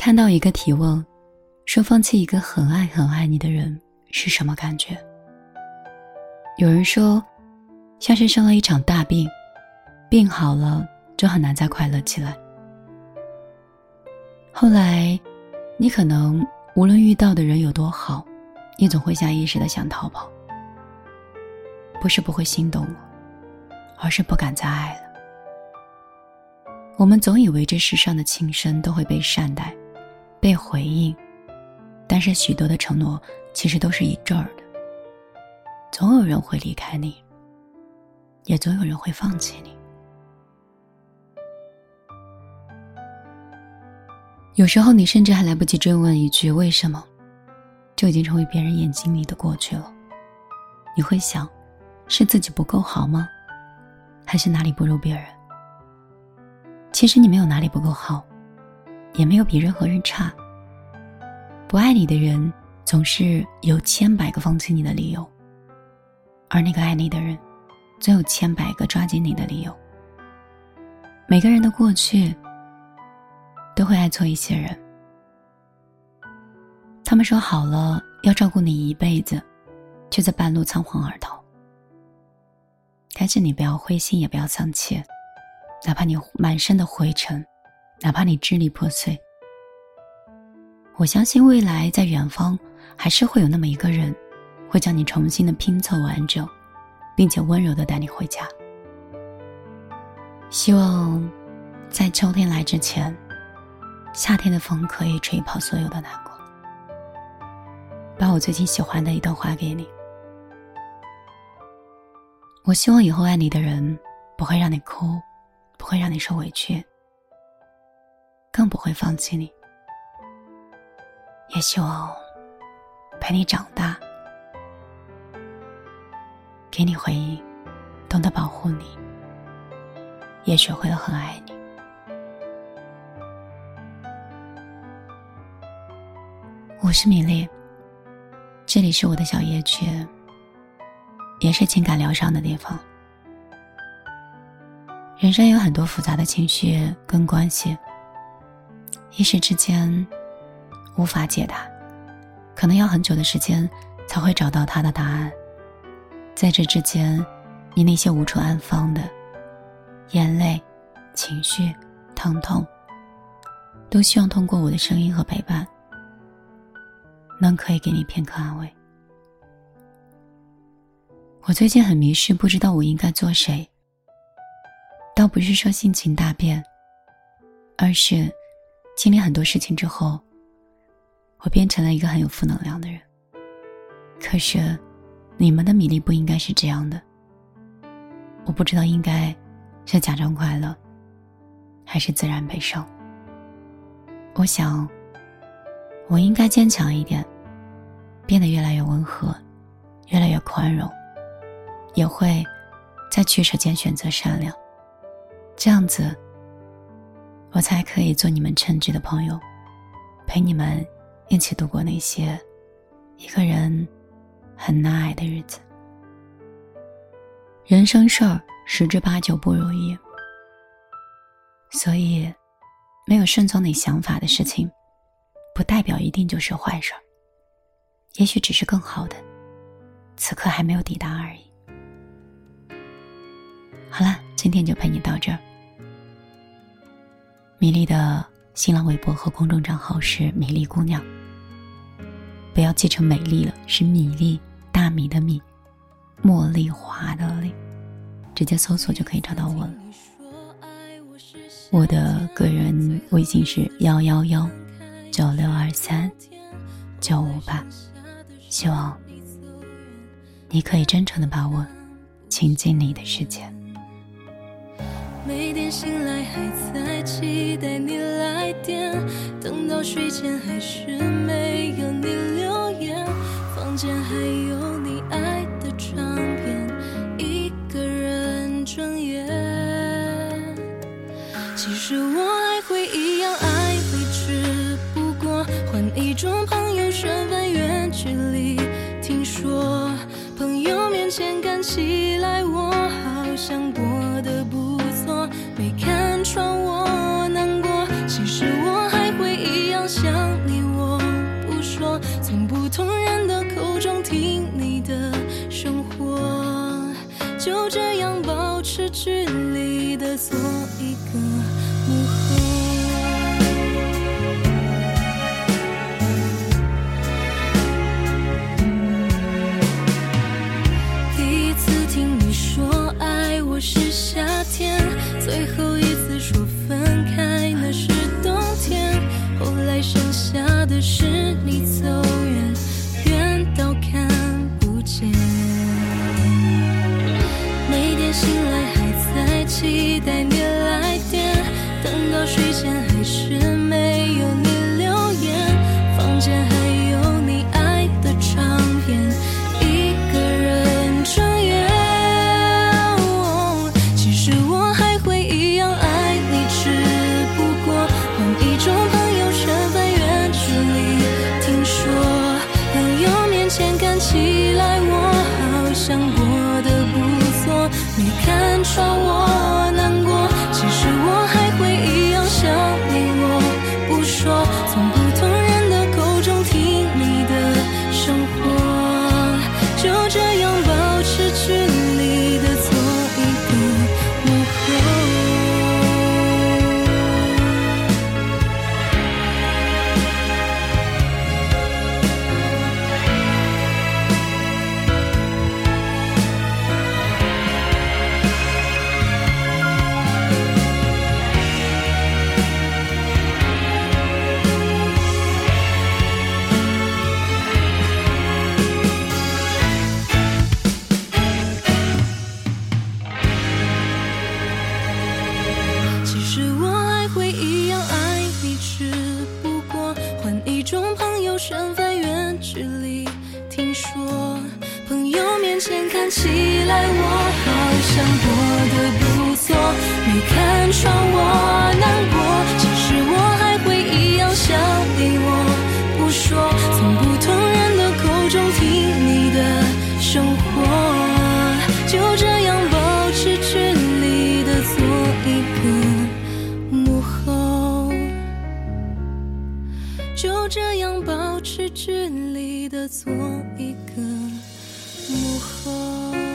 看到一个提问，说放弃一个很爱很爱你的人是什么感觉？有人说，像是生了一场大病，病好了就很难再快乐起来。后来，你可能无论遇到的人有多好，你总会下意识地想逃跑。不是不会心动了，而是不敢再爱了。我们总以为这世上的情深都会被善待，被回应，但是许多的承诺其实都是一阵儿的。总有人会离开你，也总有人会放弃你。有时候你甚至还来不及追问一句为什么，就已经成为别人眼睛里的过去了。你会想，是自己不够好吗？还是哪里不如别人？其实你没有哪里不够好，也没有比任何人差。不爱你的人总是有千百个放弃你的理由，而那个爱你的人总有千百个抓紧你的理由。每个人的过去都会爱错一些人，他们说好了要照顾你一辈子，却在半路仓皇而逃。但是你不要灰心，也不要丧气，哪怕你满身的灰尘，哪怕你支离破碎，我相信未来在远方还是会有那么一个人，会将你重新的拼凑完整，并且温柔地带你回家。希望在秋天来之前，夏天的风可以吹跑所有的难过。把我最近喜欢的一段话给你。我希望以后爱你的人不会让你哭，不会让你受委屈，更不会放弃你。也希望陪你长大，给你回应，懂得保护你，也学会了很爱你。我是米粒，这里是我的小夜曲，也是情感疗伤的地方。人生有很多复杂的情绪跟关系，一时之间无法解答，可能要很久的时间才会找到它的答案。在这之间，你那些无处安放的眼泪、情绪、疼痛，都希望通过我的声音和陪伴，能可以给你片刻安慰。我最近很迷失，不知道我应该做谁。倒不是说心情大变，而是经历很多事情之后，我变成了一个很有负能量的人。可是你们的米粒不应该是这样的，我不知道应该是假装快乐还是自然悲伤。我想我应该坚强一点，变得越来越温和，越来越宽容，也会在取舍间选择善良，这样子我才可以做你们称职的朋友，陪你们一起度过那些一个人很难挨的日子。人生事儿十之八九不如意，所以没有顺从你想法的事情，不代表一定就是坏事儿，也许只是更好的，此刻还没有抵达而已。好了，今天就陪你到这儿。米粒的新浪微博和公众账号是米粒姑娘，不要记成美丽了，是米粒，大米的米，茉莉花的莉，直接搜索就可以找到我了。我的个人微信是11196239558，希望你可以真诚地把我请进你的世界。 每天醒来还在期待你来电，等到睡前还是没有你留言，房间还有你爱的唱片，一个人睁眼。其实我还会一样爱你，只不过换一种朋友身份，远距离。听说朋友面前看起来我好像过得不错，没看穿我难过，其实我还会一样持距离的做一个幕后。第一次听你说爱我是夏天，最后一次说分开那是冬天，后来剩下的是你走远，远到看不见。每天醒来还在期待你来电，等到睡前还是没有你留言，房间还有你爱的唱片，一个人转眼。其实我还会一样爱你，只不过换一种朋友身份，远距离。听说朋友面前看起来我好像过得不错，没看穿我难过。其实我还会一样想你，我不说，从不同人的口中听你的生活，就这样保持距离的做一个幕后。其实我还会一样爱你，只不过换一种朋友身份，远距离。听说朋友面前看起来我好像过得不错，没看穿我难过。其实我还会一样想你，我不说，从不同人的口中听你的生活，就这样保持距离的做一个幕后，就这样保持距离的做一个幕后。